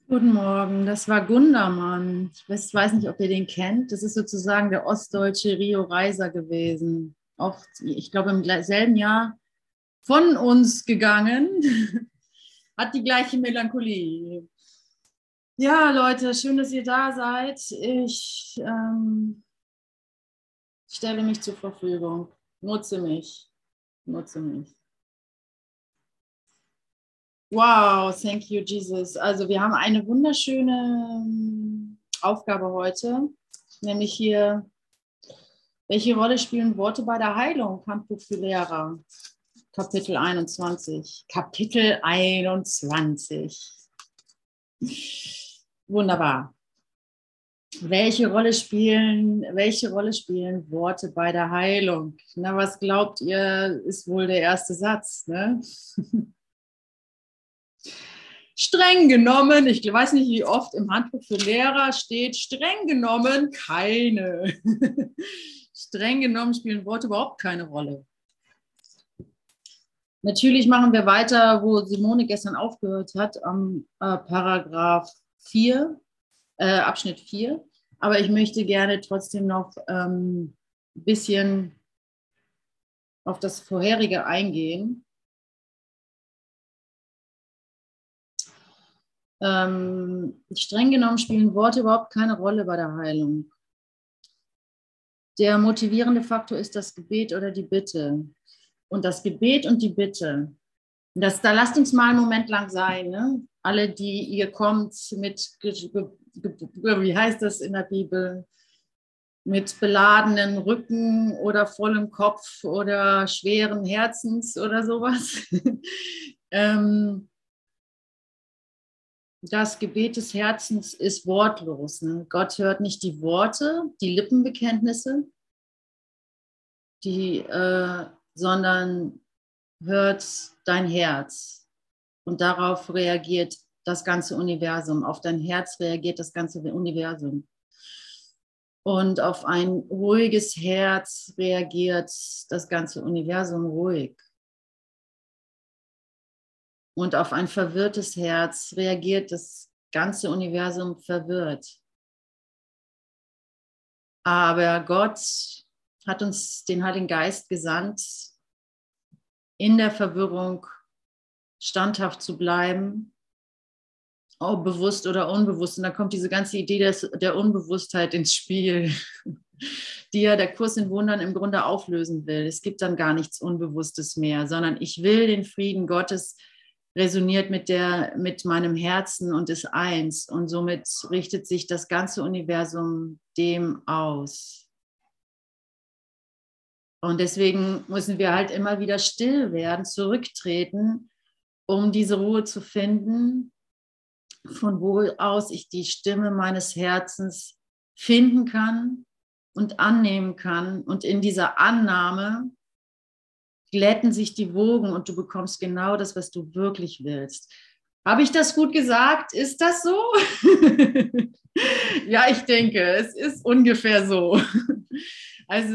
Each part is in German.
Guten Morgen, das war Gundermann. Ich weiß nicht, ob ihr den kennt. Das ist sozusagen der ostdeutsche Rio Reiser gewesen. Auch, ich glaube, im selben Jahr von uns gegangen. Hat die gleiche Melancholie. Ja, Leute, schön, dass ihr da seid. Ich stelle mich zur Verfügung. Nutze mich. Nutze mich. Wow, thank you, Jesus. Also wir haben eine wunderschöne Aufgabe heute, nämlich hier, welche Rolle spielen Worte bei der Heilung? Handbuch für Lehrer, Kapitel 21. Kapitel 21. Wunderbar. Welche Rolle spielen Worte bei der Heilung? Na, was glaubt ihr, ist wohl der erste Satz, ne? Streng genommen, ich weiß nicht, wie oft im Handbuch für Lehrer steht, streng genommen keine. Streng genommen spielen Worte überhaupt keine Rolle. Natürlich machen wir weiter, wo Simone gestern aufgehört hat, am Paragraph 4, Abschnitt 4. Aber ich möchte gerne trotzdem noch ein bisschen auf das vorherige eingehen. Streng genommen spielen Worte überhaupt keine Rolle bei der Heilung. Der motivierende Faktor ist das Gebet oder die Bitte. Und das Gebet und die Bitte, da lasst uns mal einen Moment lang sein. Ne? Alle, die ihr kommt mit, wie heißt das in der Bibel, mit beladenen Rücken oder vollem Kopf oder schweren Herzens oder sowas. Das Gebet des Herzens ist wortlos. Ne? Gott hört nicht die Worte, die Lippenbekenntnisse, sondern hört dein Herz. Und darauf reagiert das ganze Universum. Auf dein Herz reagiert das ganze Universum. Und auf ein ruhiges Herz reagiert das ganze Universum ruhig. Und auf ein verwirrtes Herz reagiert das ganze Universum verwirrt. Aber Gott hat uns den Heiligen Geist gesandt, in der Verwirrung standhaft zu bleiben, ob bewusst oder unbewusst. Und da kommt diese ganze Idee der Unbewusstheit ins Spiel, die ja der Kurs in Wundern im Grunde auflösen will. Es gibt dann gar nichts Unbewusstes mehr, sondern ich will den Frieden Gottes, resoniert mit meinem Herzen und ist eins. Und somit richtet sich das ganze Universum dem aus. Und deswegen müssen wir halt immer wieder still werden, zurücktreten, um diese Ruhe zu finden, von wo aus ich die Stimme meines Herzens finden kann und annehmen kann. Und in dieser Annahme glätten sich die Wogen und du bekommst genau das, was du wirklich willst. Habe ich das gut gesagt? Ist das so? Ja, ich denke, es ist ungefähr so. Also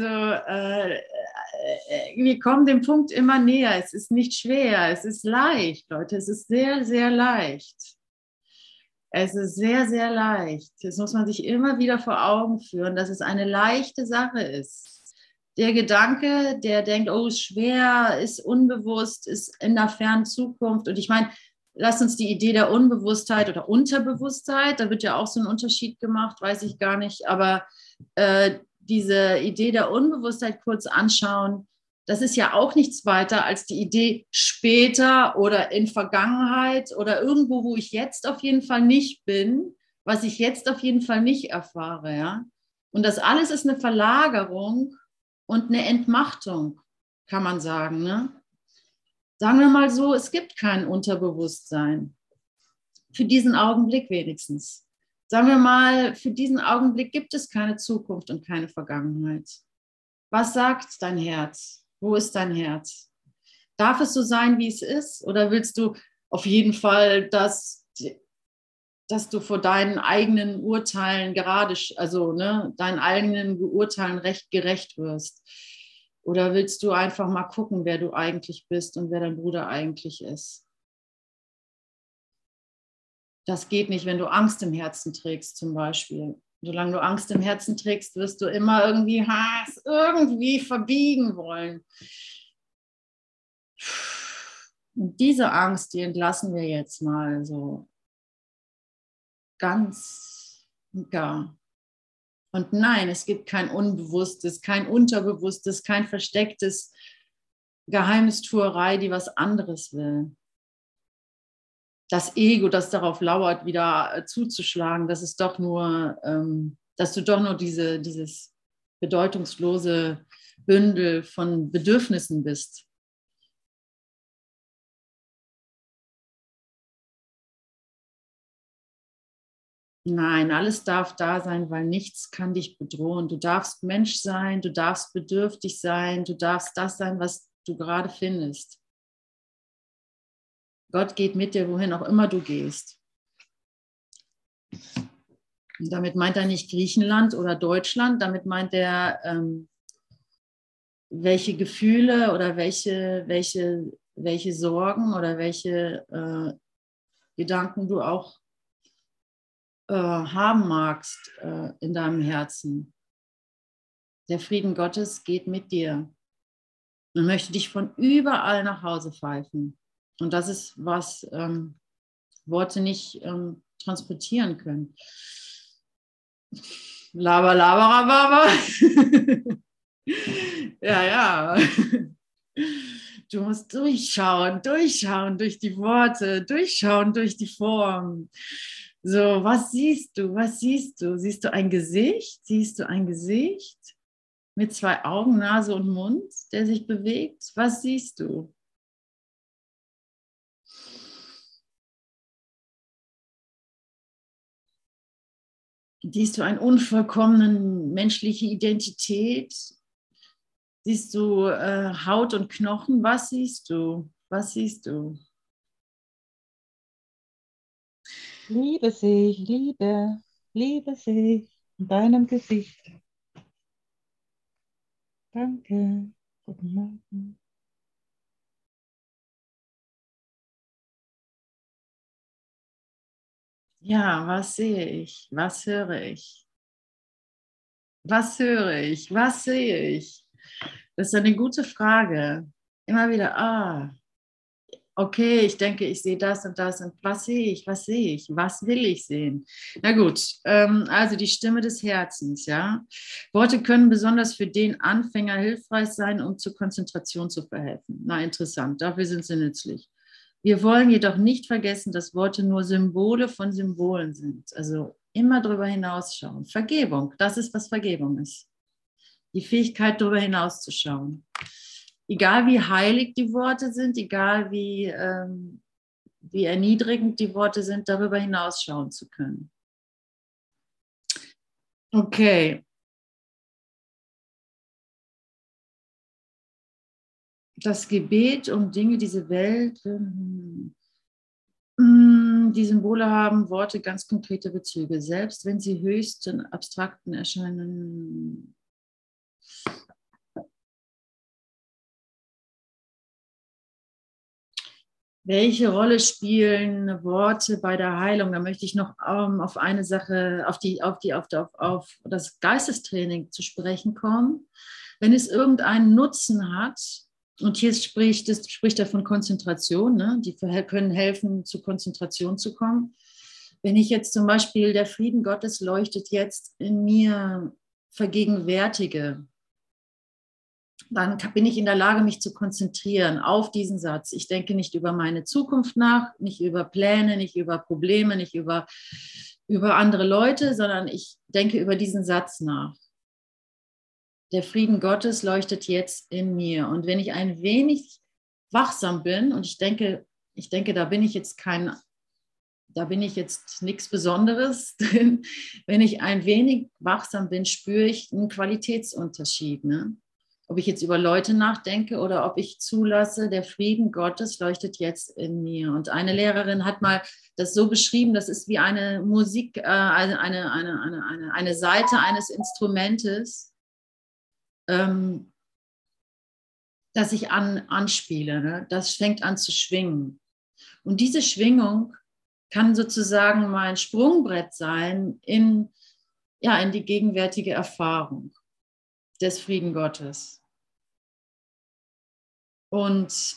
wir kommen dem Punkt immer näher. Es ist nicht schwer, es ist leicht, Leute. Es ist sehr, sehr leicht. Es ist sehr, sehr leicht. Das muss man sich immer wieder vor Augen führen, dass es eine leichte Sache ist. Der Gedanke, der denkt, oh, ist schwer, ist unbewusst, ist in der fernen Zukunft. Und ich meine, lasst uns die Idee der Unbewusstheit oder Unterbewusstheit, da wird ja auch so ein Unterschied gemacht, weiß ich gar nicht, aber diese Idee der Unbewusstheit kurz anschauen. Das ist ja auch nichts weiter als die Idee später oder in Vergangenheit oder irgendwo, wo ich jetzt auf jeden Fall nicht bin, was ich jetzt auf jeden Fall nicht erfahre. Ja? Und das alles ist eine Verlagerung und eine Entmachtung, kann man sagen. Ne? Sagen wir mal so, es gibt kein Unterbewusstsein. Für diesen Augenblick wenigstens. Sagen wir mal, für diesen Augenblick gibt es keine Zukunft und keine Vergangenheit. Was sagt dein Herz? Wo ist dein Herz? Darf es so sein, wie es ist? Oder willst du auf jeden Fall, dass du vor deinen eigenen Urteilen deinen eigenen Urteilen gerecht wirst? Oder willst du einfach mal gucken, wer du eigentlich bist und wer dein Bruder eigentlich ist? Das geht nicht, wenn du Angst im Herzen trägst zum Beispiel. Solange du Angst im Herzen trägst, wirst du immer irgendwie verbiegen wollen. Und diese Angst, die entlassen wir jetzt mal so ganz und gar. Und nein, es gibt kein Unbewusstes, kein Unterbewusstes, kein verstecktes Geheimnistuerei, die was anderes will. Das Ego, das darauf lauert, wieder zuzuschlagen, dass es doch nur, dass du doch nur dieses bedeutungslose Bündel von Bedürfnissen bist. Nein, alles darf da sein, weil nichts kann dich bedrohen. Du darfst Mensch sein, du darfst bedürftig sein, du darfst das sein, was du gerade findest. Gott geht mit dir, wohin auch immer du gehst. Und damit meint er nicht Griechenland oder Deutschland, damit meint er, welche Gefühle oder welche Sorgen oder welche Gedanken du auch haben magst in deinem Herzen. Der Frieden Gottes geht mit dir und möchte dich von überall nach Hause pfeifen. Und das ist, was Worte nicht transportieren können. Laber, laber, rababa. Ja, ja. Du musst durchschauen durch die Worte, durchschauen durch die Form. So, was siehst du? Was siehst du? Siehst du ein Gesicht? Siehst du ein Gesicht mit zwei Augen, Nase und Mund, der sich bewegt? Was siehst du? Siehst du eine unvollkommene menschliche Identität? Siehst du Haut und Knochen? Was siehst du? Was siehst du? Liebe sich, liebe sich in deinem Gesicht. Danke. Guten Morgen. Ja, was sehe ich? Was höre ich? Was höre ich? Was sehe ich? Das ist eine gute Frage. Immer wieder, okay, ich denke, ich sehe das und das. Und was sehe ich? Was sehe ich? Was will ich sehen? Na gut, also die Stimme des Herzens, ja. Worte können besonders für den Anfänger hilfreich sein, um zur Konzentration zu verhelfen. Na, interessant, dafür sind sie nützlich. Wir wollen jedoch nicht vergessen, dass Worte nur Symbole von Symbolen sind. Also immer darüber hinausschauen. Vergebung, das ist, was Vergebung ist. Die Fähigkeit, darüber hinauszuschauen. Egal wie heilig die Worte sind, egal wie erniedrigend die Worte sind, darüber hinausschauen zu können. Okay. Das Gebet um Dinge, diese Welt, die Symbole haben Worte ganz konkrete Bezüge, selbst wenn sie höchst abstrakten erscheinen. Welche Rolle spielen Worte bei der Heilung? Da möchte ich noch auf eine Sache, auf das Geistestraining zu sprechen kommen. Wenn es irgendeinen Nutzen hat, und hier spricht er von Konzentration, ne? Die können helfen, zu Konzentration zu kommen. Wenn ich jetzt zum Beispiel der Frieden Gottes leuchtet jetzt in mir vergegenwärtige, dann bin ich in der Lage, mich zu konzentrieren auf diesen Satz. Ich denke nicht über meine Zukunft nach, nicht über Pläne, nicht über Probleme, nicht über andere Leute, sondern ich denke über diesen Satz nach. Der Frieden Gottes leuchtet jetzt in mir. Und wenn ich ein wenig wachsam bin, und ich denke, da bin ich jetzt nichts Besonderes drin. Wenn ich ein wenig wachsam bin, spüre ich einen Qualitätsunterschied. Ne? Ob ich jetzt über Leute nachdenke oder ob ich zulasse, der Frieden Gottes leuchtet jetzt in mir. Und eine Lehrerin hat mal das so beschrieben, das ist wie eine Musik, eine Saite eines Instrumentes, das ich anspiele. Ne? Das fängt an zu schwingen. Und diese Schwingung kann sozusagen mein Sprungbrett sein in die gegenwärtige Erfahrung des Frieden Gottes. Und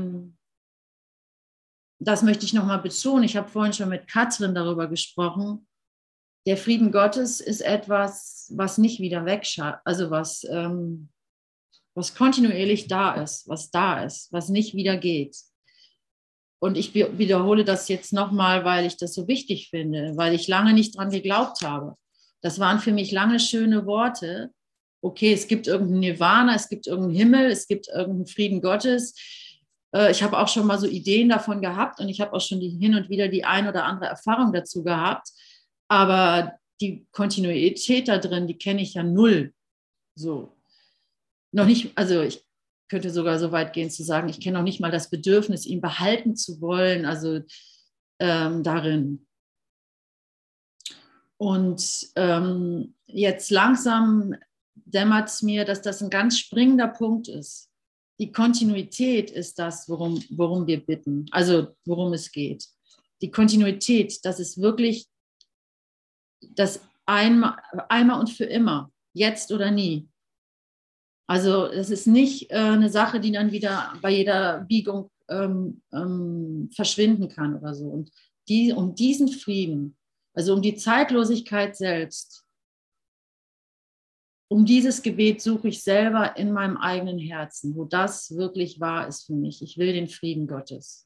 das möchte ich nochmal betonen. Ich habe vorhin schon mit Katrin darüber gesprochen. Der Frieden Gottes ist etwas, was nicht wieder wegschaut, also was kontinuierlich da ist, was nicht wieder geht. Und ich wiederhole das jetzt nochmal, weil ich das so wichtig finde, weil ich lange nicht dran geglaubt habe. Das waren für mich lange schöne Worte. Okay, es gibt irgendein Nirvana, es gibt irgendeinen Himmel, es gibt irgendeinen Frieden Gottes. Ich habe auch schon mal so Ideen davon gehabt und ich habe auch schon hin und wieder die ein oder andere Erfahrung dazu gehabt. Aber die Kontinuität da drin, die kenne ich ja null. So. Noch nicht, also ich könnte sogar so weit gehen zu sagen, ich kenne noch nicht mal das Bedürfnis, ihn behalten zu wollen, also darin. Und jetzt langsam dämmert es mir, dass das ein ganz springender Punkt ist. Die Kontinuität ist das, worum wir bitten, also worum es geht. Die Kontinuität, das ist wirklich das einmal und für immer, jetzt oder nie. Also es ist nicht eine Sache, die dann wieder bei jeder Biegung verschwinden kann oder so. Und um diesen Frieden, also um die Zeitlosigkeit selbst, um dieses Gebet suche ich selber in meinem eigenen Herzen, wo das wirklich wahr ist für mich. Ich will den Frieden Gottes.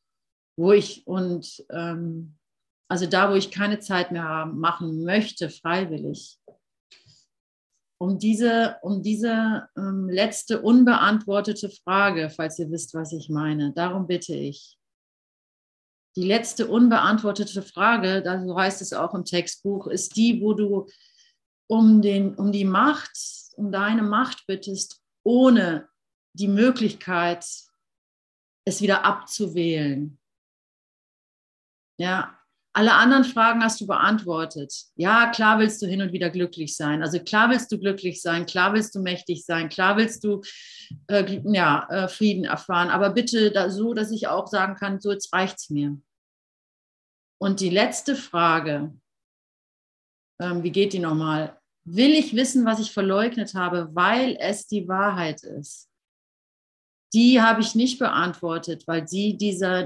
Also da, wo ich keine Zeit mehr machen möchte, freiwillig. Um diese letzte unbeantwortete Frage, falls ihr wisst, was ich meine, darum bitte ich. Die letzte unbeantwortete Frage, so heißt es auch im Textbuch, ist die, wo du um deine Macht bittest, ohne die Möglichkeit, es wieder abzuwählen. Ja, alle anderen Fragen hast du beantwortet. Ja, klar willst du hin und wieder glücklich sein. Also klar willst du glücklich sein, klar willst du mächtig sein, klar willst du Frieden erfahren. Aber bitte so, dass ich auch sagen kann, so jetzt reicht's mir. Und die letzte Frage, wie geht die nochmal? Will ich wissen, was ich verleugnet habe, weil es die Wahrheit ist? Die habe ich nicht beantwortet, weil sie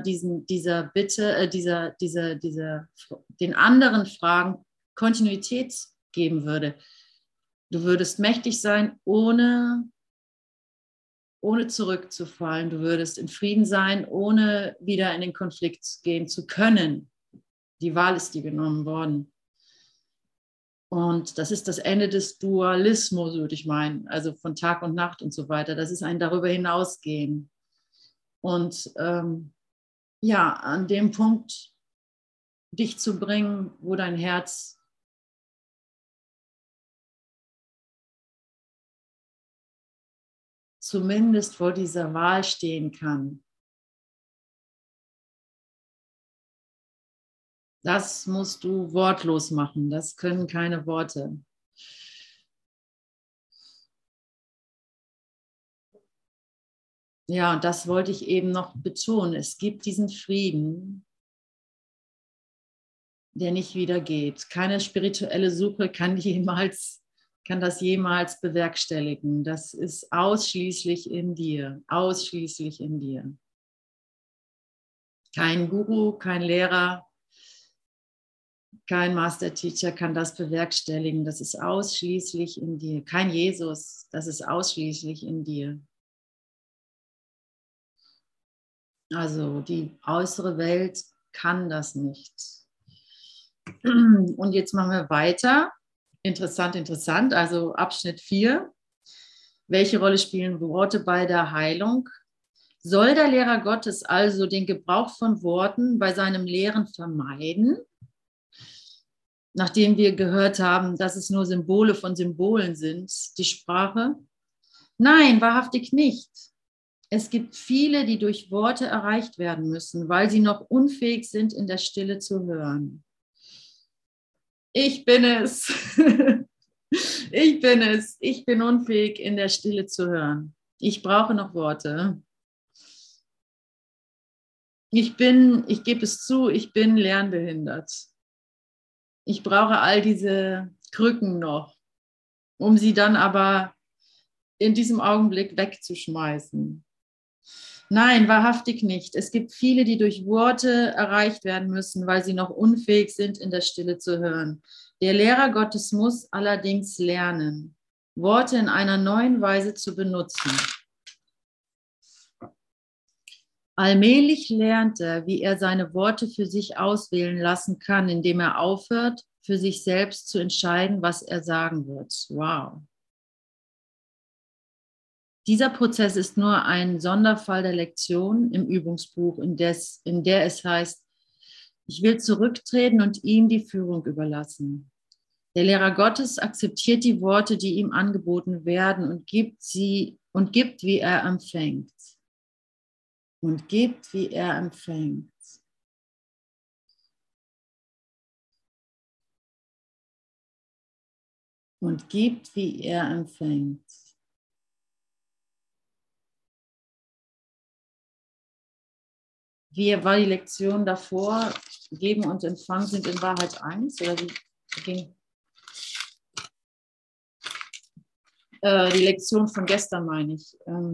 den anderen Fragen Kontinuität geben würde. Du würdest mächtig sein, ohne zurückzufallen. Du würdest in Frieden sein, ohne wieder in den Konflikt gehen zu können. Die Wahl ist dir genommen worden. Und das ist das Ende des Dualismus, würde ich meinen, also von Tag und Nacht und so weiter. Das ist ein darüber hinausgehen. Und an dem Punkt dich zu bringen, wo dein Herz zumindest vor dieser Wahl stehen kann. Das musst du wortlos machen. Das können keine Worte. Ja, und das wollte ich eben noch betonen. Es gibt diesen Frieden, der nicht wieder geht. Keine spirituelle Suche kann das jemals bewerkstelligen. Das ist ausschließlich in dir. Ausschließlich in dir. Kein Guru, kein Lehrer, kein Master Teacher kann das bewerkstelligen. Das ist ausschließlich in dir. Kein Jesus, das ist ausschließlich in dir. Also die äußere Welt kann das nicht. Und jetzt machen wir weiter. Interessant. Also Abschnitt 4. Welche Rolle spielen Worte bei der Heilung? Soll der Lehrer Gottes also den Gebrauch von Worten bei seinem Lehren vermeiden? Nachdem wir gehört haben, dass es nur Symbole von Symbolen sind, die Sprache? Nein, wahrhaftig nicht. Es gibt viele, die durch Worte erreicht werden müssen, weil sie noch unfähig sind, in der Stille zu hören. Ich bin es. Ich bin es. Ich bin unfähig, in der Stille zu hören. Ich brauche noch Worte. ich gebe es zu, ich bin lernbehindert. Ich brauche all diese Krücken noch, um sie dann aber in diesem Augenblick wegzuschmeißen. Nein, wahrhaftig nicht. Es gibt viele, die durch Worte erreicht werden müssen, weil sie noch unfähig sind, in der Stille zu hören. Der Lehrer Gottes muss allerdings lernen, Worte in einer neuen Weise zu benutzen. Allmählich lernt er, wie er seine Worte für sich auswählen lassen kann, indem er aufhört, für sich selbst zu entscheiden, was er sagen wird. Wow. Dieser Prozess ist nur ein Sonderfall der Lektion im Übungsbuch, in der es heißt, ich will zurücktreten und ihm die Führung überlassen. Der Lehrer Gottes akzeptiert die Worte, die ihm angeboten werden und gibt, wie er empfängt. Und gibt, wie er empfängt. Und gibt, wie er empfängt. Wie war die Lektion davor? Geben und Empfang sind in Wahrheit eins? Oder wie ging die Lektion von gestern, meine ich?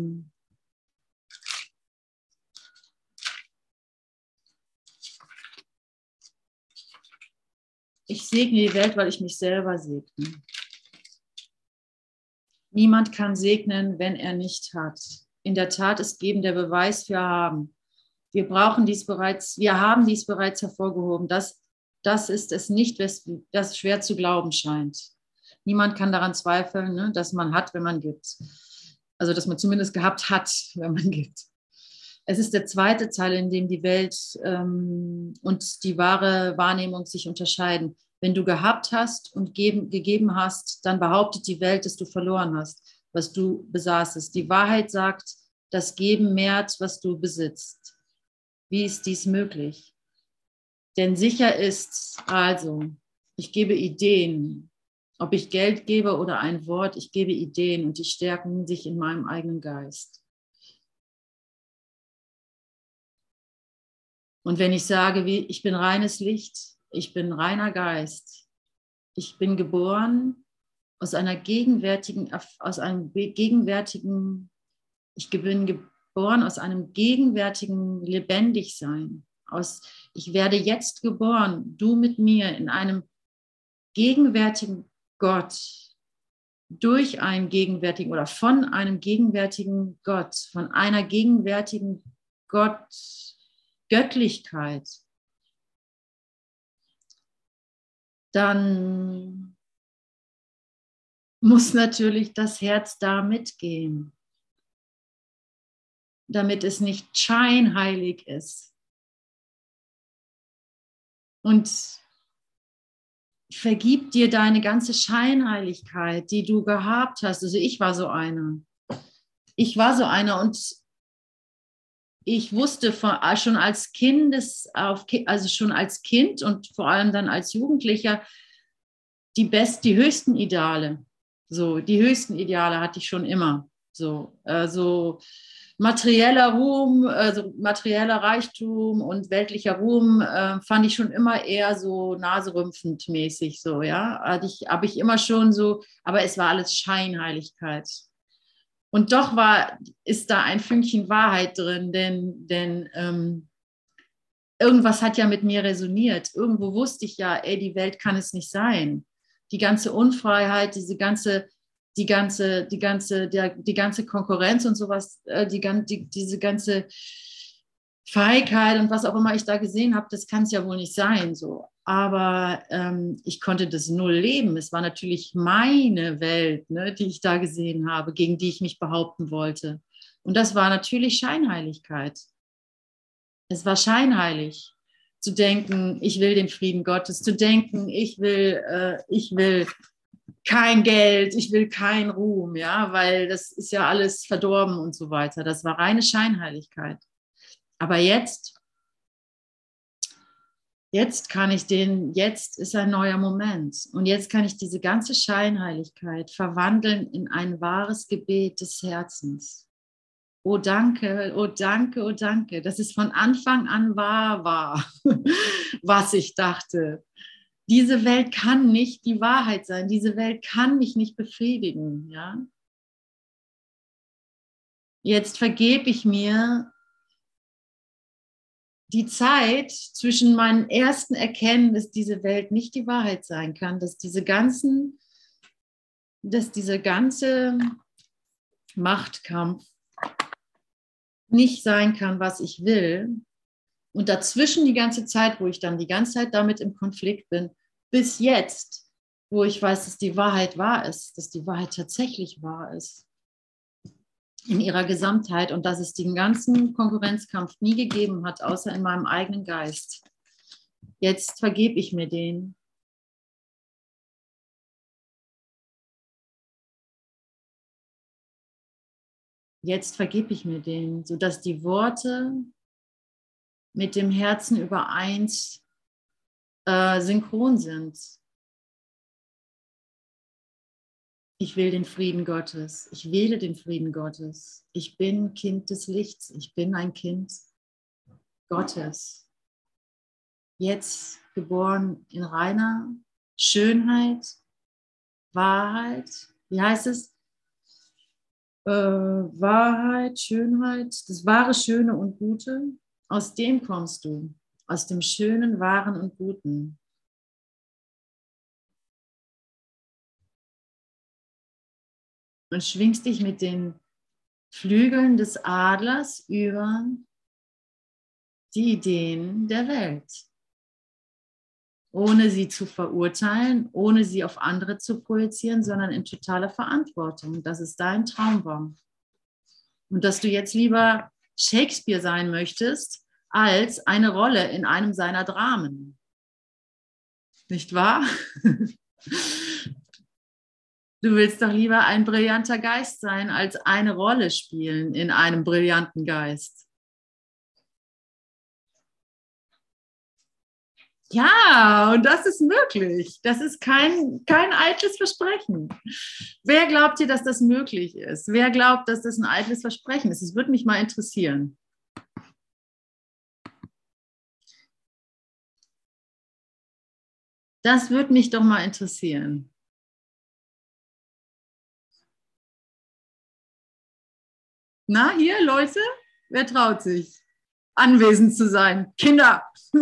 Ich segne die Welt, weil ich mich selber segne. Niemand kann segnen, wenn er nicht hat. In der Tat ist Geben der Beweis für Haben. Wir haben dies bereits hervorgehoben. Das ist es nicht, das schwer zu glauben scheint. Niemand kann daran zweifeln, ne, dass man hat, wenn man gibt. Also, dass man zumindest gehabt hat, wenn man gibt. Es ist der zweite Teil, in dem die Welt und die wahre Wahrnehmung sich unterscheiden. Wenn du gehabt hast und gegeben hast, dann behauptet die Welt, dass du verloren hast, was du besaßest. Die Wahrheit sagt, das Geben mehrt, was du besitzt. Wie ist dies möglich? Denn sicher ist also, ich gebe Ideen. Ob ich Geld gebe oder ein Wort, ich gebe Ideen und die stärken sich in meinem eigenen Geist. Und wenn ich sage, ich bin reines Licht, ich bin reiner Geist, ich bin geboren aus einem gegenwärtigen, ich bin geboren aus einem gegenwärtigen Lebendigsein. Ich werde jetzt geboren, du mit mir, in einem gegenwärtigen Gott, durch einen gegenwärtigen oder von einem gegenwärtigen Gott, von einer gegenwärtigen Göttlichkeit, dann muss natürlich das Herz da mitgehen, damit es nicht scheinheilig ist. Und vergib dir deine ganze Scheinheiligkeit, die du gehabt hast. Also ich war so eine. Und ich wusste schon als Kind und vor allem dann als Jugendlicher die höchsten Ideale. So, die höchsten Ideale hatte ich schon immer. So materieller Ruhm, also materieller Reichtum und weltlicher Ruhm fand ich schon immer eher so naserümpfend mäßig so, ja. Habe ich immer schon so, aber es war alles Scheinheiligkeit. Und doch ist da ein Fünkchen Wahrheit drin, denn irgendwas hat ja mit mir resoniert. Irgendwo wusste ich ja, ey, die Welt kann es nicht sein. Die ganze Unfreiheit, die ganze Konkurrenz und sowas, diese ganze Feigheit und was auch immer ich da gesehen habe, das kann es ja wohl nicht sein. So. Aber ich konnte das null leben. Es war natürlich meine Welt, ne, die ich da gesehen habe, gegen die ich mich behaupten wollte. Und das war natürlich Scheinheiligkeit. Es war scheinheilig zu denken, ich will den Frieden Gottes, zu denken, ich will kein Geld, ich will kein Ruhm, ja, weil das ist ja alles verdorben und so weiter. Das war reine Scheinheiligkeit. Aber jetzt ist ein neuer Moment. Und jetzt kann ich diese ganze Scheinheiligkeit verwandeln in ein wahres Gebet des Herzens. Oh danke, oh danke, oh danke, dass es von Anfang an wahr war, was ich dachte. Diese Welt kann nicht die Wahrheit sein. Diese Welt kann mich nicht befriedigen. Ja? Jetzt vergebe ich mir die Zeit zwischen meinem ersten Erkennen, dass diese Welt nicht die Wahrheit sein kann, dass dieser ganze Machtkampf nicht sein kann, was ich will. Und dazwischen die ganze Zeit, wo ich dann die ganze Zeit damit im Konflikt bin, bis jetzt, wo ich weiß, dass die Wahrheit wahr ist, dass die Wahrheit tatsächlich wahr ist, in ihrer Gesamtheit und dass es den ganzen Konkurrenzkampf nie gegeben hat, außer in meinem eigenen Geist. Jetzt vergebe ich mir den. Jetzt vergebe ich mir den, sodass die Worte mit dem Herzen übereins synchron sind. Ich will den Frieden Gottes. Ich wähle den Frieden Gottes. Ich bin Kind des Lichts. Ich bin ein Kind Gottes. Jetzt geboren in reiner Schönheit, Wahrheit. Wie heißt es? Wahrheit, Schönheit, das wahre, Schöne und Gute. Aus dem kommst du. Aus dem Schönen, Wahren und Guten. Und schwingst dich mit den Flügeln des Adlers über die Ideen der Welt, ohne sie zu verurteilen, ohne sie auf andere zu projizieren, sondern in totaler Verantwortung, dass es dein Traum war. Und dass du jetzt lieber Shakespeare sein möchtest, als eine Rolle in einem seiner Dramen. Nicht wahr? Du willst doch lieber ein brillanter Geist sein, als eine Rolle spielen in einem brillanten Geist. Ja, und das ist möglich. Das ist kein eitles Versprechen. Wer glaubt dir, dass das möglich ist? Wer glaubt, dass das ein eitles Versprechen ist? Es würde mich mal interessieren. Das würde mich doch mal interessieren. Na, hier, Leute, wer traut sich, anwesend zu sein? Kinder!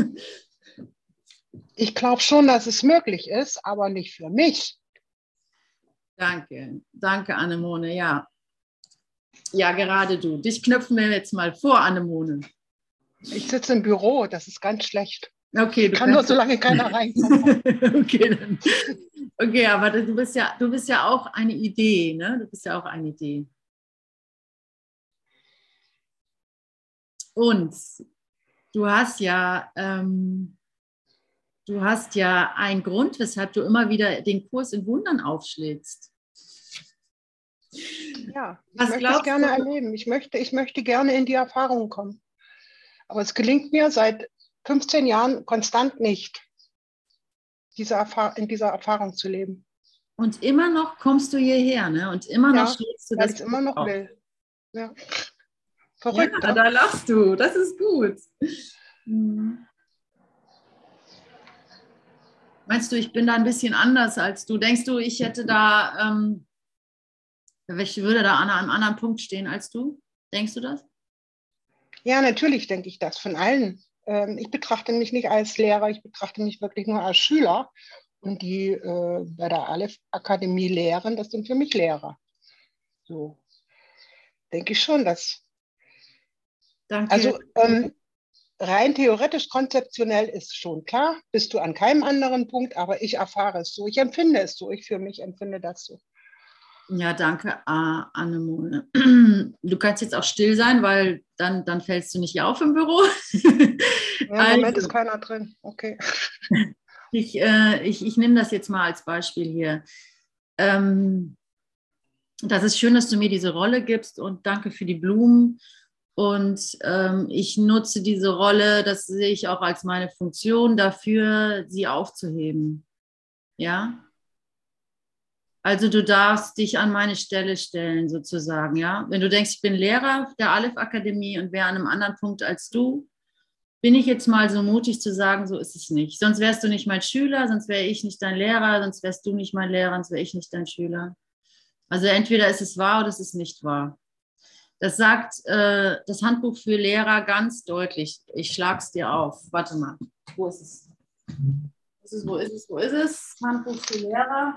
Ich glaube schon, dass es möglich ist, aber nicht für mich. Danke, danke, Anemone, ja. Ja, gerade du. Dich knöpfen wir jetzt mal vor, Anemone. Ich sitze im Büro, das ist ganz schlecht. Okay, kann nur so lange keiner reinkommen. Okay, aber du bist ja auch eine Idee, ne? Du bist ja auch eine Idee. Und du hast ja einen Grund, weshalb du immer wieder den Kurs in Wundern aufschlägst. Ja, ich möchte es gerne erleben. Ich möchte gerne in die Erfahrung kommen. Aber es gelingt mir seit 15 Jahren konstant nicht, in dieser Erfahrung zu leben. Und immer noch kommst du hierher, ne? Und immer noch schlägst du das. Weil ich es immer noch will. Ja. Verrückt. Ja, da lachst du. Das ist gut. Meinst du, ich bin da ein bisschen anders als du? Denkst du, ich hätte da, ich würde da an einem anderen Punkt stehen als du? Denkst du das? Ja, natürlich denke ich das von allen. Ich betrachte mich nicht als Lehrer, ich betrachte mich wirklich nur als Schüler. Und die bei der Aleph-Akademie lehren, das sind für mich Lehrer. So denke ich schon, dass. Danke. Also rein theoretisch, konzeptionell ist schon klar, bist du an keinem anderen Punkt, aber ich erfahre es so, ich empfinde es so, ich für mich empfinde das so. Ja, danke, Anemone. Du kannst jetzt auch still sein, weil dann fällst du nicht auf im Büro. Ja, im Moment ist keiner drin, okay. Ich nehme das jetzt mal als Beispiel hier. Das ist schön, dass du mir diese Rolle gibst und danke für die Blumen. Und ich nutze diese Rolle, das sehe ich auch als meine Funktion dafür, sie aufzuheben. Ja? Also du darfst dich an meine Stelle stellen, sozusagen, ja. Wenn du denkst, ich bin Lehrer der Aleph-Akademie und wäre an einem anderen Punkt als du, bin ich jetzt mal so mutig zu sagen, so ist es nicht. Sonst wärst du nicht mein Schüler, sonst wäre ich nicht dein Lehrer, sonst wärst du nicht mein Lehrer, sonst wäre ich nicht dein Schüler. Also entweder ist es wahr oder es ist nicht wahr. Das sagt das Handbuch für Lehrer ganz deutlich. Ich schlage es dir auf. Warte mal. Wo ist es? Wo ist es? Wo ist es? Handbuch für Lehrer.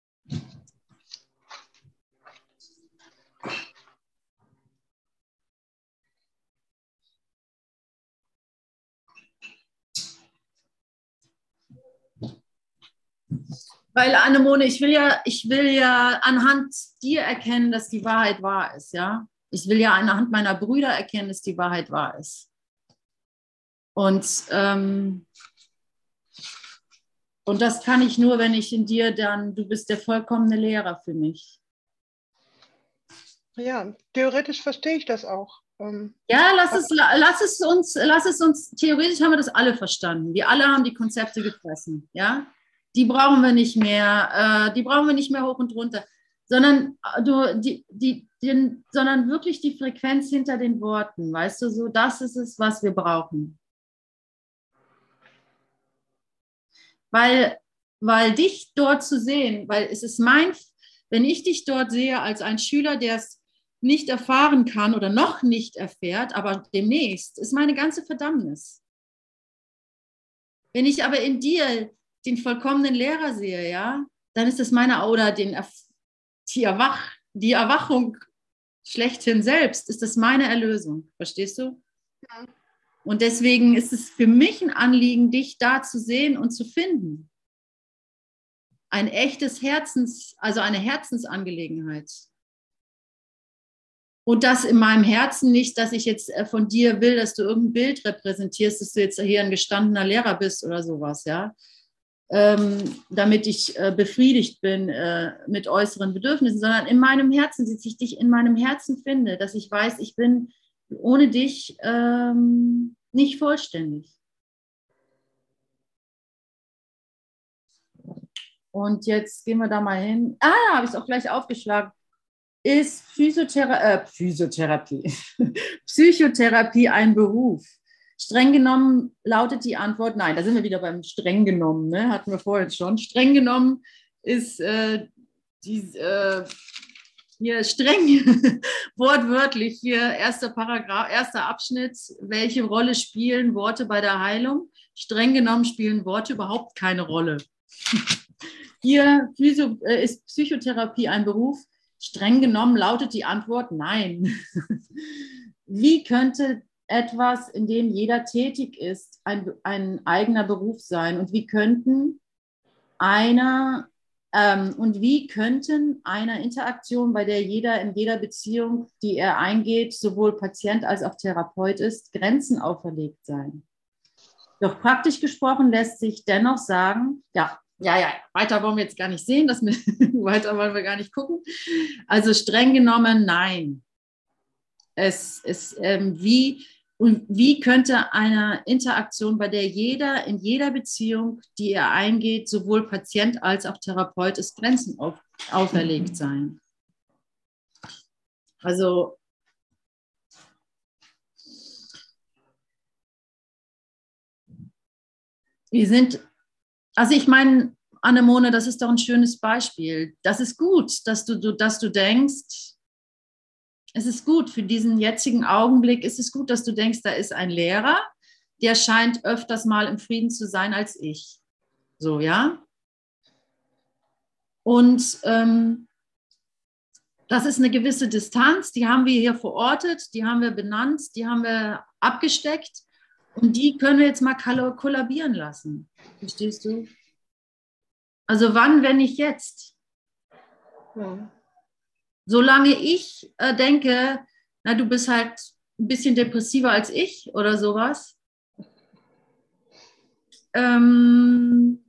Weil, Anemone, ich will ja anhand dir erkennen, dass die Wahrheit wahr ist, ja. Ich will ja anhand meiner Brüder erkennen, dass die Wahrheit wahr ist. Und das kann ich nur, wenn ich in dir dann, du bist der vollkommene Lehrer für mich. Ja, theoretisch verstehe ich das auch. Ja, lass es uns, theoretisch haben wir das alle verstanden. Wir alle haben die Konzepte gefressen, ja. Die brauchen wir nicht mehr, hoch und runter, sondern sondern wirklich die Frequenz hinter den Worten, weißt du, so, das ist es, was wir brauchen. Weil dich dort zu sehen, weil es ist wenn ich dich dort sehe als ein Schüler, der es nicht erfahren kann oder noch nicht erfährt, aber demnächst, ist meine ganze Verdammnis. Wenn ich aber in dir den vollkommenen Lehrer sehe, ja, dann ist das oder die Erwachung schlechthin selbst, ist das meine Erlösung. Verstehst du? Ja. Und deswegen ist es für mich ein Anliegen, dich da zu sehen und zu finden. Ein echtes also eine Herzensangelegenheit. Und das in meinem Herzen nicht, dass ich jetzt von dir will, dass du irgendein Bild repräsentierst, dass du jetzt hier ein gestandener Lehrer bist oder sowas, ja. Damit ich befriedigt bin mit äußeren Bedürfnissen, sondern in meinem Herzen, dass ich dich in meinem Herzen finde, dass ich weiß, ich bin ohne dich nicht vollständig. Und jetzt gehen wir da mal hin. Habe ich es auch gleich aufgeschlagen. Ist Psychotherapie ein Beruf? Streng genommen lautet die Antwort nein. Da sind wir wieder beim streng genommen, ne? Hatten wir vorhin schon. Streng genommen ist hier streng, wortwörtlich hier erster Abschnitt. Welche Rolle spielen Worte bei der Heilung? Streng genommen spielen Worte überhaupt keine Rolle. Hier ist Psychotherapie ein Beruf? Streng genommen lautet die Antwort nein. Wie könnte etwas, in dem jeder tätig ist, ein eigener Beruf sein? Und wie könnten einer Interaktion, bei der jeder in jeder Beziehung, die er eingeht, sowohl Patient als auch Therapeut ist, Grenzen auferlegt sein? Doch praktisch gesprochen lässt sich dennoch sagen, ja, weiter wollen wir jetzt gar nicht sehen, weiter wollen wir gar nicht gucken. Also streng genommen, nein. Wie könnte eine Interaktion, bei der jeder in jeder Beziehung, die er eingeht, sowohl Patient als auch Therapeut ist, Grenzen auferlegt sein? Also ich meine, Anemone, das ist doch ein schönes Beispiel. Das ist gut, dass du denkst, es ist gut für diesen jetzigen Augenblick, ist es gut, dass du denkst, da ist ein Lehrer, der scheint öfters mal im Frieden zu sein als ich. So, ja? Und das ist eine gewisse Distanz, die haben wir hier verortet, die haben wir benannt, die haben wir abgesteckt und die können wir jetzt mal kollabieren lassen. Verstehst du? Also wann, wenn nicht jetzt? Ja. Solange ich denke, na, du bist halt ein bisschen depressiver als ich oder sowas. Und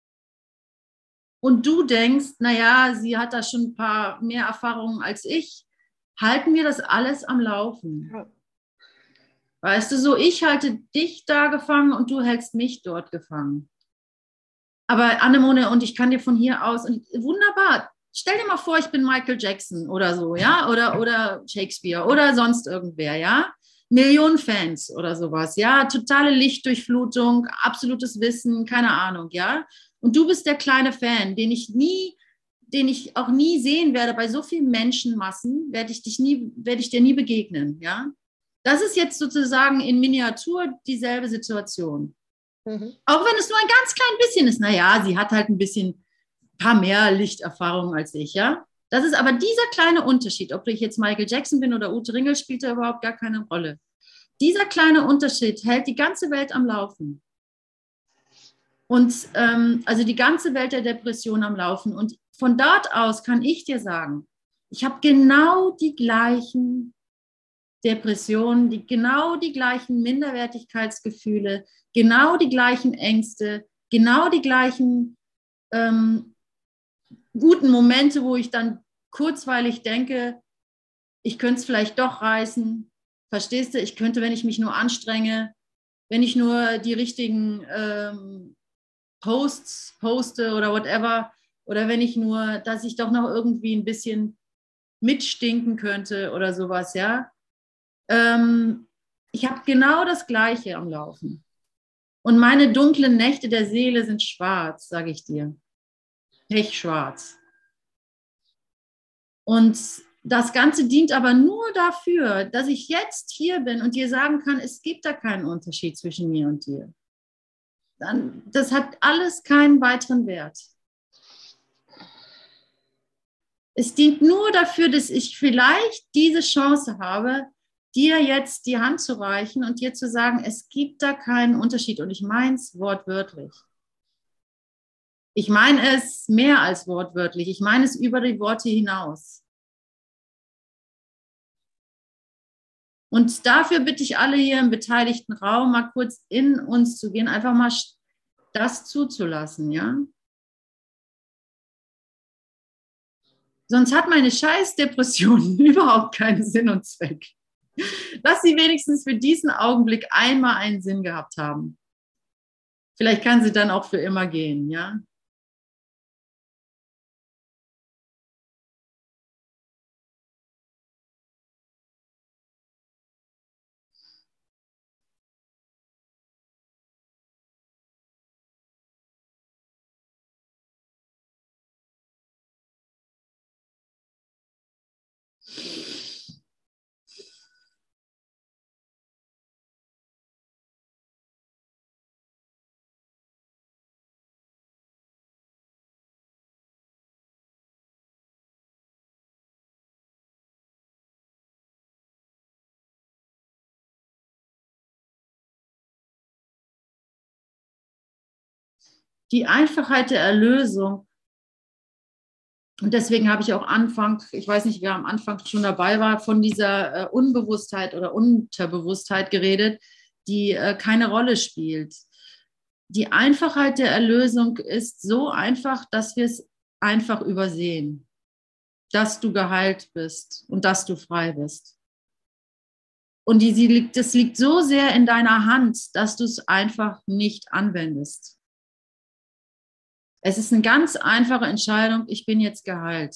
du denkst, naja, sie hat da schon ein paar mehr Erfahrungen als ich, halten wir das alles am Laufen. Ja. Weißt du, so ich halte dich da gefangen und du hältst mich dort gefangen. Aber Anemone, und ich kann dir von hier aus, und wunderbar, stell dir mal vor, ich bin Michael Jackson oder so, ja, oder Shakespeare oder sonst irgendwer, ja. Millionen Fans oder sowas, ja, totale Lichtdurchflutung, absolutes Wissen, keine Ahnung, ja. Und du bist der kleine Fan, den ich auch nie sehen werde. Bei so vielen Menschenmassen werde ich dir nie begegnen, ja. Das ist jetzt sozusagen in Miniatur dieselbe Situation. Mhm. Auch wenn es nur ein ganz klein bisschen ist. Naja, sie hat halt ein paar mehr Lichterfahrungen als ich, ja. Das ist aber dieser kleine Unterschied, ob ich jetzt Michael Jackson bin oder Ute Ringel, spielt da überhaupt gar keine Rolle. Dieser kleine Unterschied hält die ganze Welt am Laufen. Und also die ganze Welt der Depression am Laufen. Und von dort aus kann ich dir sagen, ich habe genau die gleichen Depressionen, genau die gleichen Minderwertigkeitsgefühle, genau die gleichen Ängste, genau die gleichen guten Momente, wo ich dann kurzweilig denke, ich könnte es vielleicht doch reißen. Verstehst du? Ich könnte, wenn ich mich nur anstrenge, wenn ich nur die richtigen Posts poste oder whatever, oder wenn ich nur, dass ich doch noch irgendwie ein bisschen mitstinken könnte oder sowas, ja. Ich habe genau das Gleiche am Laufen. Und meine dunklen Nächte der Seele sind schwarz, sage ich dir. Pechschwarz. Und das Ganze dient aber nur dafür, dass ich jetzt hier bin und dir sagen kann, es gibt da keinen Unterschied zwischen mir und dir. Das hat alles keinen weiteren Wert. Es dient nur dafür, dass ich vielleicht diese Chance habe, dir jetzt die Hand zu reichen und dir zu sagen, es gibt da keinen Unterschied. Und ich meine es wortwörtlich. Ich meine es mehr als wortwörtlich. Ich meine es über die Worte hinaus. Und dafür bitte ich alle hier im beteiligten Raum, mal kurz in uns zu gehen, einfach mal das zuzulassen, ja? Sonst hat meine scheiß Depression überhaupt keinen Sinn und Zweck. Lass sie wenigstens für diesen Augenblick einmal einen Sinn gehabt haben. Vielleicht kann sie dann auch für immer gehen, ja? Die Einfachheit der Erlösung. Und deswegen habe ich auch ich weiß nicht, wer am Anfang schon dabei war, von dieser Unbewusstheit oder Unterbewusstheit geredet, die keine Rolle spielt. Die Einfachheit der Erlösung ist so einfach, dass wir es einfach übersehen, dass du geheilt bist und dass du frei bist. Und das liegt so sehr in deiner Hand, dass du es einfach nicht anwendest. Es ist eine ganz einfache Entscheidung, ich bin jetzt geheilt.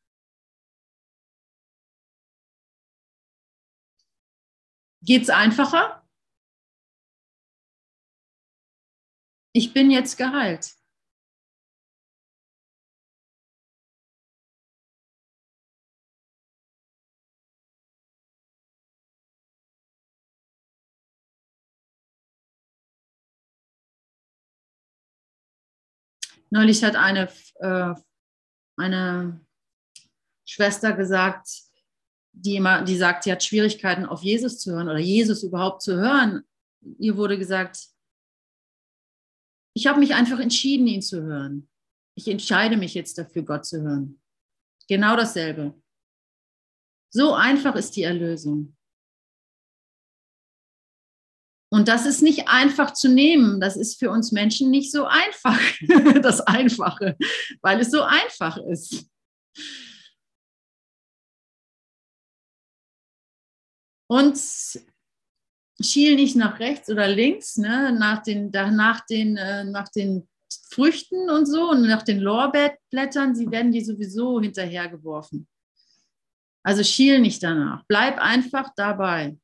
Geht es einfacher? Ich bin jetzt geheilt. Neulich hat eine Schwester gesagt, die sagt, sie hat Schwierigkeiten, auf Jesus zu hören oder Jesus überhaupt zu hören. Ihr wurde gesagt, ich habe mich einfach entschieden, ihn zu hören. Ich entscheide mich jetzt dafür, Gott zu hören. Genau dasselbe. So einfach ist die Erlösung. Und das ist nicht einfach zu nehmen. Das ist für uns Menschen nicht so einfach, das Einfache, weil es so einfach ist. Und schiel nicht nach rechts oder links, ne, nach den Früchten und so und nach den Lorbeerblättern, sie werden die sowieso hinterhergeworfen. Also schiel nicht danach. Bleib einfach dabei.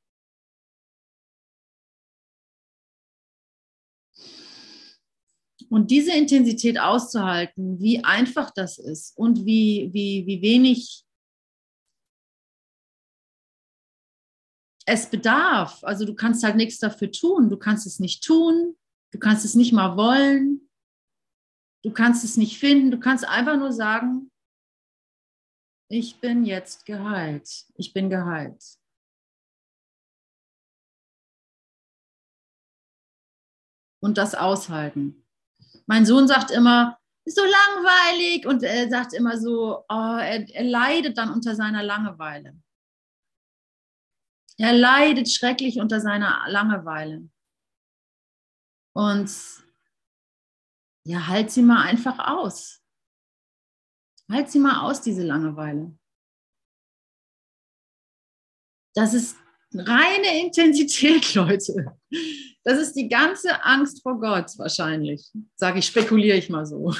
Und diese Intensität auszuhalten, wie einfach das ist und wie wenig es bedarf. Also du kannst halt nichts dafür tun. Du kannst es nicht tun. Du kannst es nicht mal wollen. Du kannst es nicht finden. Du kannst einfach nur sagen, ich bin jetzt geheilt. Ich bin geheilt. Und das aushalten. Mein Sohn sagt immer, ist so langweilig. Und er sagt immer so, oh, er leidet dann unter seiner Langeweile. Er leidet schrecklich unter seiner Langeweile. Und ja, halt sie mal einfach aus. Halt sie mal aus, diese Langeweile. Das ist reine Intensität, Leute. Das ist die ganze Angst vor Gott wahrscheinlich. Sage ich, spekuliere ich mal so.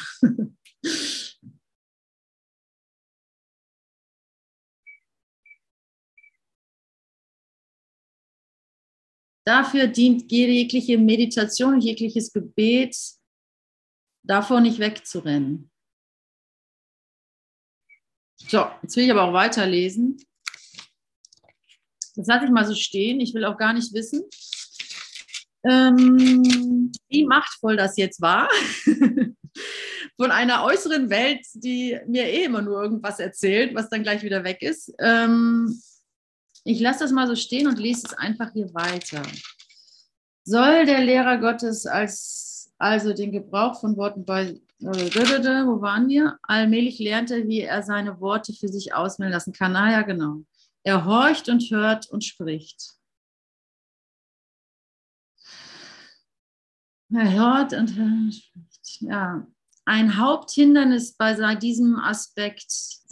Dafür dient jegliche Meditation, jegliches Gebet, davor nicht wegzurennen. So, jetzt will ich aber auch weiterlesen. Das lasse ich mal so stehen. Ich will auch gar nicht wissen, wie machtvoll das jetzt war. Von einer äußeren Welt, die mir immer nur irgendwas erzählt, was dann gleich wieder weg ist. Ich lasse das mal so stehen und lese es einfach hier weiter. Soll der Lehrer Gottes also den Gebrauch von Worten bei, wo waren wir? Allmählich lernte, wie er seine Worte für sich auswählen lassen kann. Ah ja, genau. Er horcht und hört und spricht. Er hört und hört. Ja. Ein Haupthindernis bei diesem Aspekt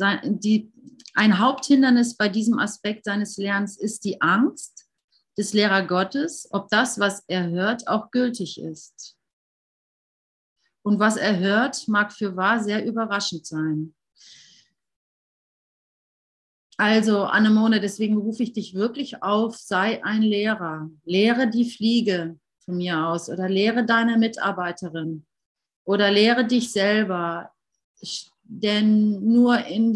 seines Lernens ist die Angst des Lehrer Gottes, ob das, was er hört, auch gültig ist. Und was er hört, mag fürwahr sehr überraschend sein. Also, Anemone, deswegen rufe ich dich wirklich auf, sei ein Lehrer. Lehre die Fliege von mir aus oder lehre deine Mitarbeiterin oder lehre dich selber. Denn nur in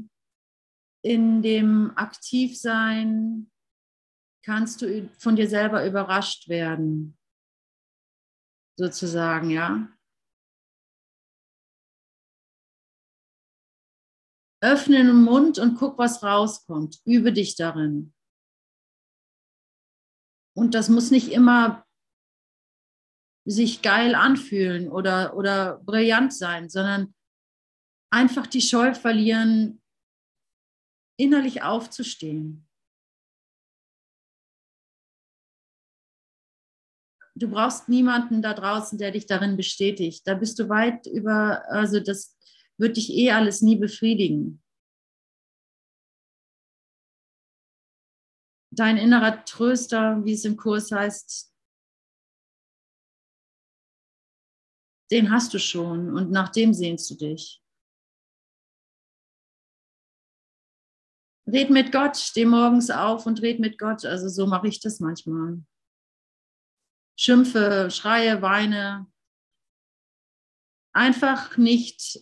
dem Aktivsein kannst du von dir selber überrascht werden, sozusagen, ja. Öffne den Mund und guck, was rauskommt. Übe dich darin. Und das muss nicht immer sich geil anfühlen oder brillant sein, sondern einfach die Scheu verlieren, innerlich aufzustehen. Du brauchst niemanden da draußen, der dich darin bestätigt. Da bist du weit über, also das wird dich eh alles nie befriedigen. Dein innerer Tröster, wie es im Kurs heißt, den hast du schon und nach dem sehnst du dich. Red mit Gott, steh morgens auf und red mit Gott. Also so mache ich das manchmal. Schimpfe, schreie, weine. Einfach nicht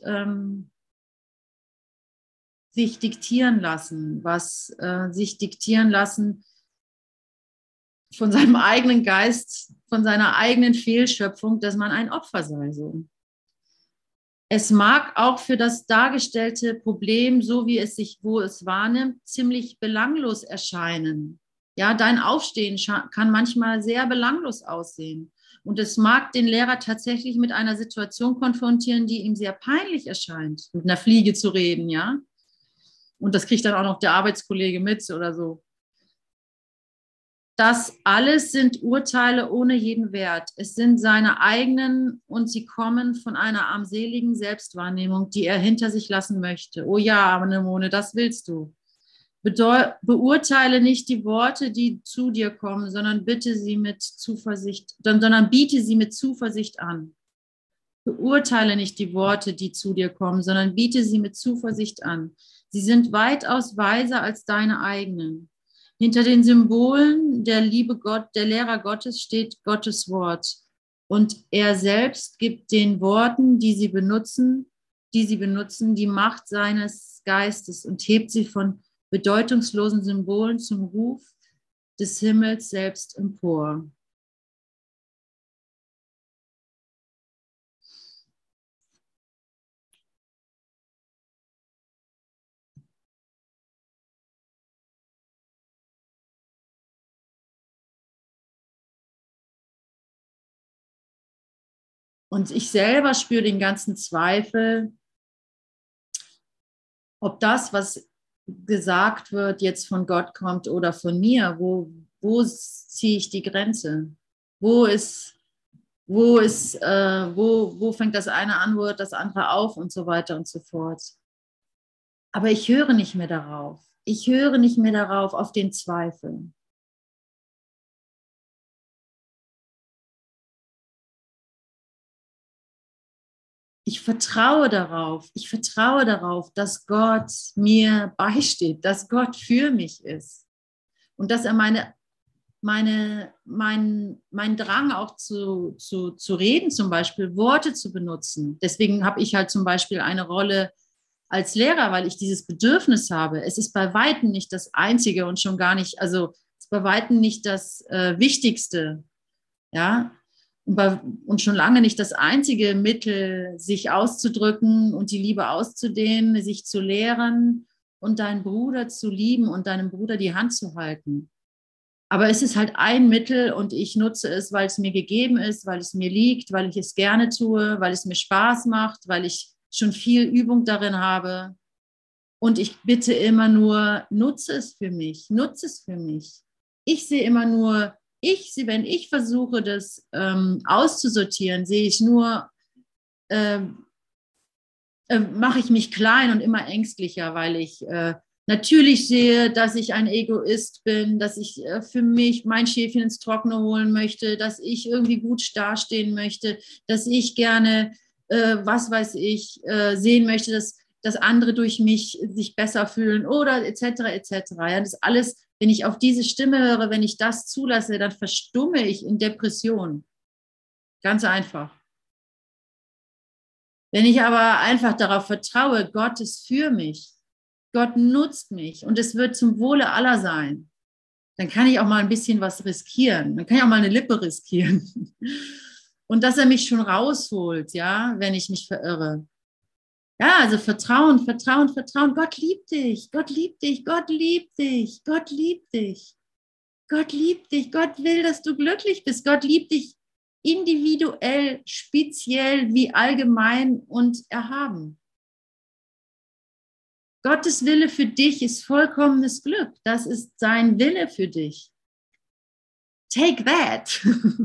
sich diktieren lassen, sich diktieren lassen von seinem eigenen Geist, von seiner eigenen Fehlschöpfung, dass man ein Opfer sei. So. Es mag auch für das dargestellte Problem, so wie es sich, wo es wahrnimmt, ziemlich belanglos erscheinen. Ja, dein Aufstehen kann manchmal sehr belanglos aussehen. Und es mag den Lehrer tatsächlich mit einer Situation konfrontieren, die ihm sehr peinlich erscheint, mit einer Fliege zu reden, ja. Und das kriegt dann auch noch der Arbeitskollege mit oder so. Das alles sind Urteile ohne jeden Wert. Es sind seine eigenen und sie kommen von einer armseligen Selbstwahrnehmung, die er hinter sich lassen möchte. Oh ja, Anemone, das willst du. Beurteile nicht die Worte, die zu dir kommen, sondern biete sie mit Zuversicht, sondern biete sie mit Zuversicht an. Beurteile nicht die Worte, die zu dir kommen, sondern biete sie mit Zuversicht an. Sie sind weitaus weiser als deine eigenen. Hinter den Symbolen der Liebe Gott, der Lehrer Gottes steht Gottes Wort. Und er selbst gibt den Worten, die sie benutzen, die Macht seines Geistes und hebt sie von bedeutungslosen Symbolen zum Ruf des Himmels selbst empor. Und ich selber spüre den ganzen Zweifel, ob das, was gesagt wird, jetzt von Gott kommt oder von mir. Wo ziehe ich die Grenze? Wo fängt das eine an, wo hört das andere auf und so weiter und so fort. Aber ich höre nicht mehr darauf. Ich höre nicht mehr darauf, auf den Zweifel. Ich vertraue darauf, dass Gott mir beisteht, dass Gott für mich ist und dass er mein Drang auch zu reden, zum Beispiel Worte zu benutzen. Deswegen habe ich halt zum Beispiel eine Rolle als Lehrer, weil ich dieses Bedürfnis habe. Es ist bei Weitem nicht das Einzige und schon gar nicht, also es ist bei Weitem nicht das Wichtigste, ja. Und schon lange nicht das einzige Mittel, sich auszudrücken und die Liebe auszudehnen, sich zu lehren und deinen Bruder zu lieben und deinem Bruder die Hand zu halten. Aber es ist halt ein Mittel und ich nutze es, weil es mir gegeben ist, weil es mir liegt, weil ich es gerne tue, weil es mir Spaß macht, weil ich schon viel Übung darin habe. Und ich bitte immer nur, nutze es für mich, nutze es für mich. Ich sehe immer nur, wenn ich versuche, das auszusortieren, sehe ich nur, mache ich mich klein und immer ängstlicher, weil ich natürlich sehe, dass ich ein Egoist bin, dass ich für mich mein Schäfchen ins Trockene holen möchte, dass ich irgendwie gut dastehen möchte, dass ich gerne, was weiß ich, sehen möchte, dass andere durch mich sich besser fühlen oder etc. etc. Ja, das alles, wenn ich auf diese Stimme höre, wenn ich das zulasse, dann verstumme ich in Depression. Ganz einfach. Wenn ich aber einfach darauf vertraue, Gott ist für mich, Gott nutzt mich und es wird zum Wohle aller sein, dann kann ich auch mal ein bisschen was riskieren. Dann kann ich auch mal eine Lippe riskieren. Und dass er mich schon rausholt, ja, wenn ich mich verirre. Ja, also Vertrauen, Vertrauen, Vertrauen. Gott liebt dich, Gott liebt dich, Gott liebt dich, Gott liebt dich. Gott liebt dich, Gott will, dass du glücklich bist. Gott liebt dich individuell, speziell wie allgemein und erhaben. Gottes Wille für dich ist vollkommenes Glück. Das ist sein Wille für dich. Take that.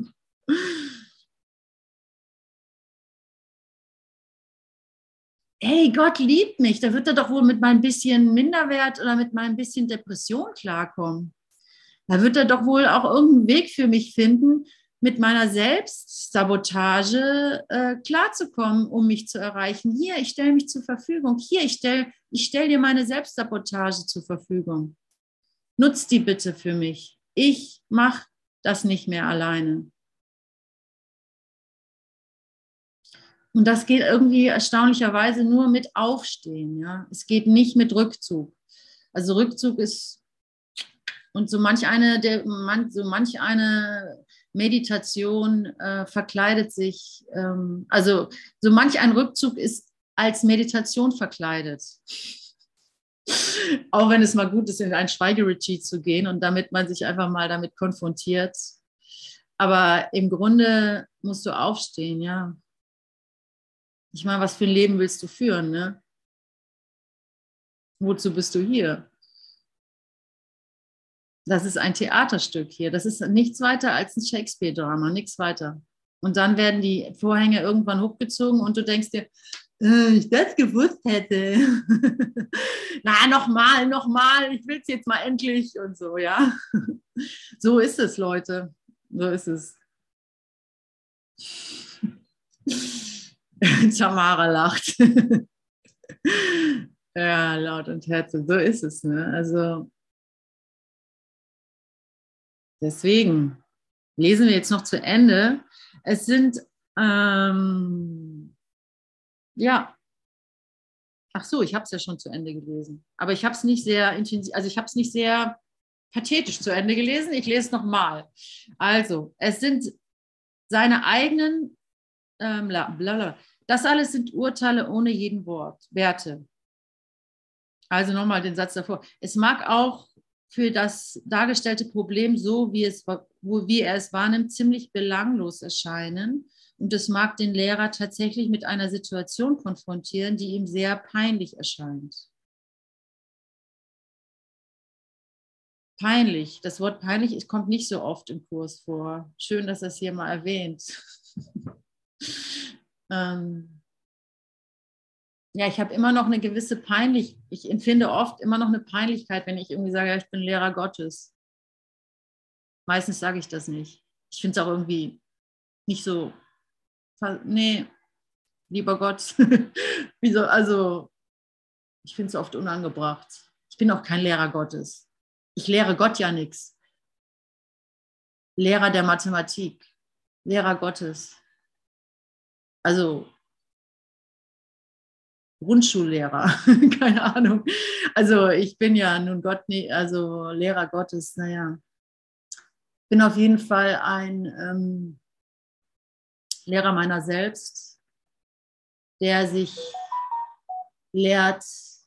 Hey, Gott liebt mich. Da wird er doch wohl mit meinem bisschen Minderwert oder mit meinem bisschen Depression klarkommen. Da wird er doch wohl auch irgendeinen Weg für mich finden, mit meiner Selbstsabotage klarzukommen, um mich zu erreichen. Hier, ich stelle mich zur Verfügung. Hier, ich stell dir meine Selbstsabotage zur Verfügung. Nutz die bitte für mich. Ich mache das nicht mehr alleine. Und das geht irgendwie erstaunlicherweise nur mit Aufstehen. Ja? Es geht nicht mit Rückzug. Also Rückzug ist, und so manch eine Meditation verkleidet sich, also so manch ein Rückzug ist als Meditation verkleidet. Auch wenn es mal gut ist, in ein Schweigeretreat zu gehen und damit man sich einfach mal damit konfrontiert. Aber im Grunde musst du aufstehen, ja. Ich meine, was für ein Leben willst du führen, ne? Wozu bist du hier? Das ist ein Theaterstück hier. Das ist nichts weiter als ein Shakespeare-Drama, nichts weiter. Und dann werden die Vorhänge irgendwann hochgezogen und du denkst dir, ich das gewusst hätte. Na, nochmal, ich will es jetzt mal endlich und so, ja. So ist es, Leute. So ist es. Tamara lacht. Ja, laut und herzlich, so ist es. Ne? Also deswegen lesen wir jetzt noch zu Ende. Es sind, ja, ach so, ich habe es ja schon zu Ende gelesen. Aber ich habe es nicht sehr intensiv, also ich habe es nicht sehr pathetisch zu Ende gelesen. Ich lese es nochmal. Also, es sind seine eigenen, blablabla. Das alles sind Urteile ohne jeden Wort, Werte. Also nochmal den Satz davor. Es mag auch für das dargestellte Problem, so wie er es wahrnimmt, ziemlich belanglos erscheinen. Und es mag den Lehrer tatsächlich mit einer Situation konfrontieren, die ihm sehr peinlich erscheint. Peinlich, das Wort peinlich kommt nicht so oft im Kurs vor. Schön, dass das hier mal erwähnt. Ja, ich habe immer noch eine gewisse ich empfinde oft immer noch eine Peinlichkeit, wenn ich irgendwie sage, ja, ich bin Lehrer Gottes. Meistens sage ich das nicht. Ich finde es auch irgendwie nicht so, nee, lieber Gott. Wieso, also, ich finde es oft unangebracht. Ich bin auch kein Lehrer Gottes. Ich lehre Gott ja nichts. Lehrer der Mathematik, Lehrer Gottes. Also, Grundschullehrer, keine Ahnung. Also ich bin ja nun Gott, also Lehrer Gottes, naja. Bin auf jeden Fall ein Lehrer meiner selbst, der sich lehrt,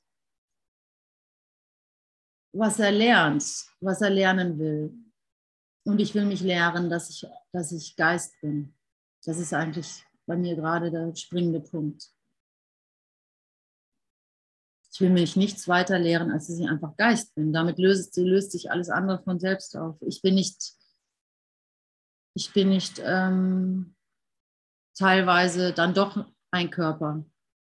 was er lernt, was er lernen will. Und ich will mich lehren, dass ich Geist bin. Das ist eigentlich bei mir gerade der springende Punkt. Ich will mich nichts weiter lehren, als dass ich einfach Geist bin. Damit löst sich alles andere von selbst auf. Ich bin nicht teilweise dann doch ein Körper.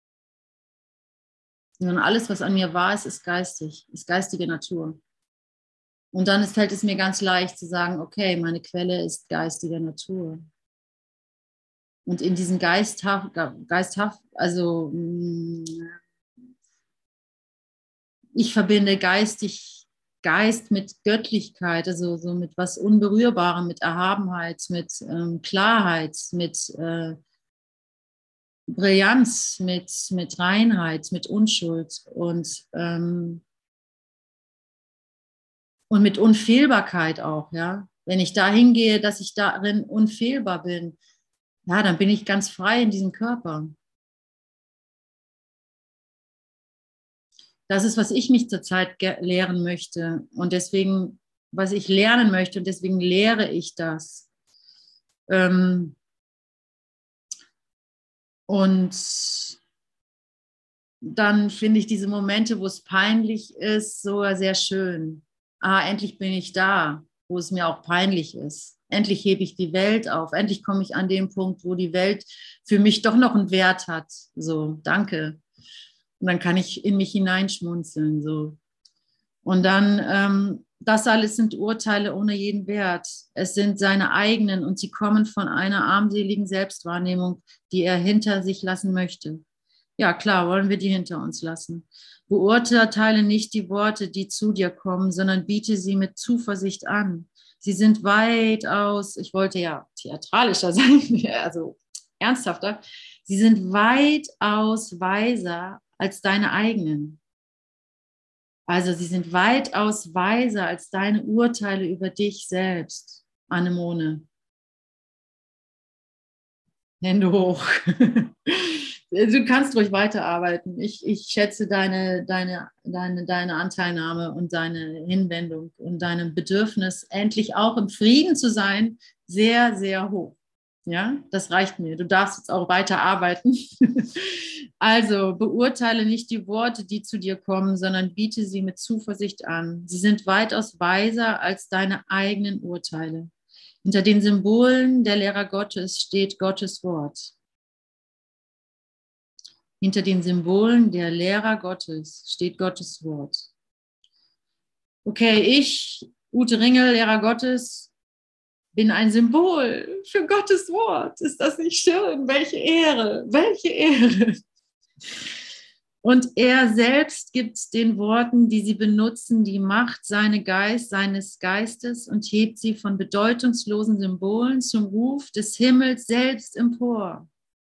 Sondern alles, was an mir wahr ist, ist geistig, ist geistige Natur. Und dann fällt es mir ganz leicht zu sagen, okay, meine Quelle ist geistige Natur. Und in diesem also ich verbinde Geist mit Göttlichkeit, also so mit was Unberührbarem, mit Erhabenheit, mit Klarheit, mit Brillanz, mit Reinheit, mit Unschuld und mit Unfehlbarkeit auch, ja. Wenn ich da hingehe, dass ich darin unfehlbar bin, ja, dann bin ich ganz frei in diesem Körper. Das ist, was ich mich zurzeit lehren möchte und deswegen, was ich lernen möchte und deswegen lehre ich das. Und dann finde ich diese Momente, wo es peinlich ist, sogar sehr schön. Endlich bin ich da, wo es mir auch peinlich ist. Endlich hebe ich die Welt auf. Endlich komme ich an den Punkt, wo die Welt für mich doch noch einen Wert hat. So, danke. Und dann kann ich in mich hineinschmunzeln. So. Und dann, das alles sind Urteile ohne jeden Wert. Es sind seine eigenen und sie kommen von einer armseligen Selbstwahrnehmung, die er hinter sich lassen möchte. Ja, klar, wollen wir die hinter uns lassen. Beurteile nicht die Worte, die zu dir kommen, sondern biete sie mit Zuversicht an. Sie sind weitaus, ich wollte ja theatralischer sein, also ernsthafter, sie sind weitaus weiser als deine eigenen. Also sie sind weitaus weiser als deine Urteile über dich selbst, Anemone. Hände hoch. Du kannst ruhig weiterarbeiten. Ich schätze deine Anteilnahme und deine Hinwendung und dein Bedürfnis, endlich auch im Frieden zu sein, sehr, sehr hoch. Ja, das reicht mir. Du darfst jetzt auch weiterarbeiten. Also beurteile nicht die Worte, die zu dir kommen, sondern biete sie mit Zuversicht an. Sie sind weitaus weiser als deine eigenen Urteile. Hinter den Symbolen der Lehrer Gottes steht Gottes Wort. Hinter den Symbolen der Lehrer Gottes steht Gottes Wort. Okay, ich, Ute Ringel, Lehrer Gottes, bin ein Symbol für Gottes Wort. Ist das nicht schön? Welche Ehre, welche Ehre. Und er selbst gibt den Worten, die sie benutzen, die Macht seines Geistes und hebt sie von bedeutungslosen Symbolen zum Ruf des Himmels selbst empor.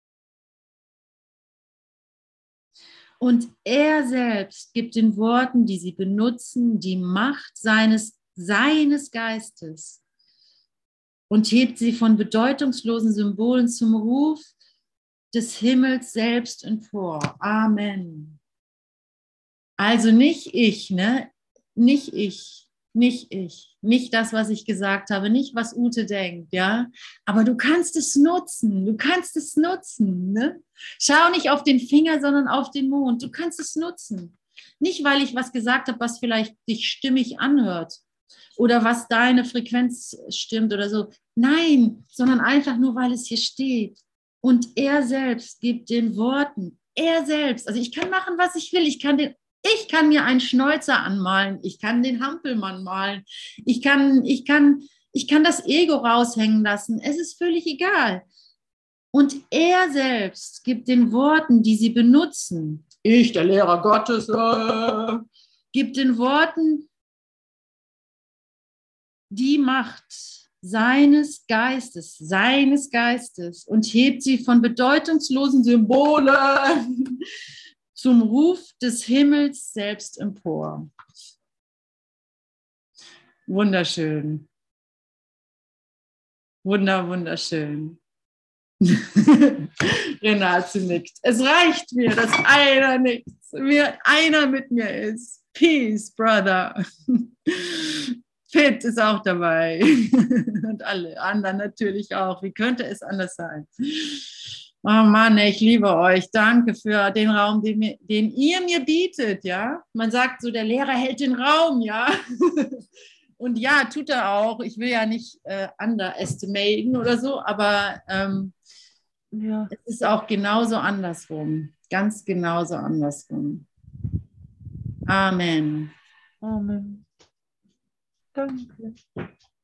Und er selbst gibt den Worten, die sie benutzen, die Macht seines Geistes und hebt sie von bedeutungslosen Symbolen zum Ruf des Himmels selbst empor. Amen. Also nicht ich, ne? Nicht ich, nicht das, was ich gesagt habe, nicht was Ute denkt, ja? Aber du kannst es nutzen, ne? Schau nicht auf den Finger, sondern auf den Mond. Du kannst es nutzen. Nicht, weil ich was gesagt habe, was vielleicht dich stimmig anhört oder was deine Frequenz stimmt oder so. Nein, sondern einfach nur, weil es hier steht. Und er selbst gibt den Worten, er selbst, also ich kann machen, was ich will, ich kann mir einen Schnäuzer anmalen, ich kann den Hampelmann malen, ich kann das Ego raushängen lassen, es ist völlig egal. Und er selbst gibt den Worten, die sie benutzen, ich, der Lehrer Gottes, gibt den Worten die Macht seines Geistes und hebt sie von bedeutungslosen Symbolen zum Ruf des Himmels selbst empor. Wunderschön. Wunderschön. Renate nickt. Es reicht mir, dass einer nickt, einer mit mir ist. Peace, Brother. Fit ist auch dabei. Und alle anderen natürlich auch. Wie könnte es anders sein? Oh Mann, ich liebe euch. Danke für den Raum, den ihr mir bietet. Ja? Man sagt so, der Lehrer hält den Raum. Ja? Und ja, tut er auch. Ich will ja nicht underestimaten oder so, aber es ist auch genauso andersrum. Ganz genauso andersrum. Amen. Amen. Danke.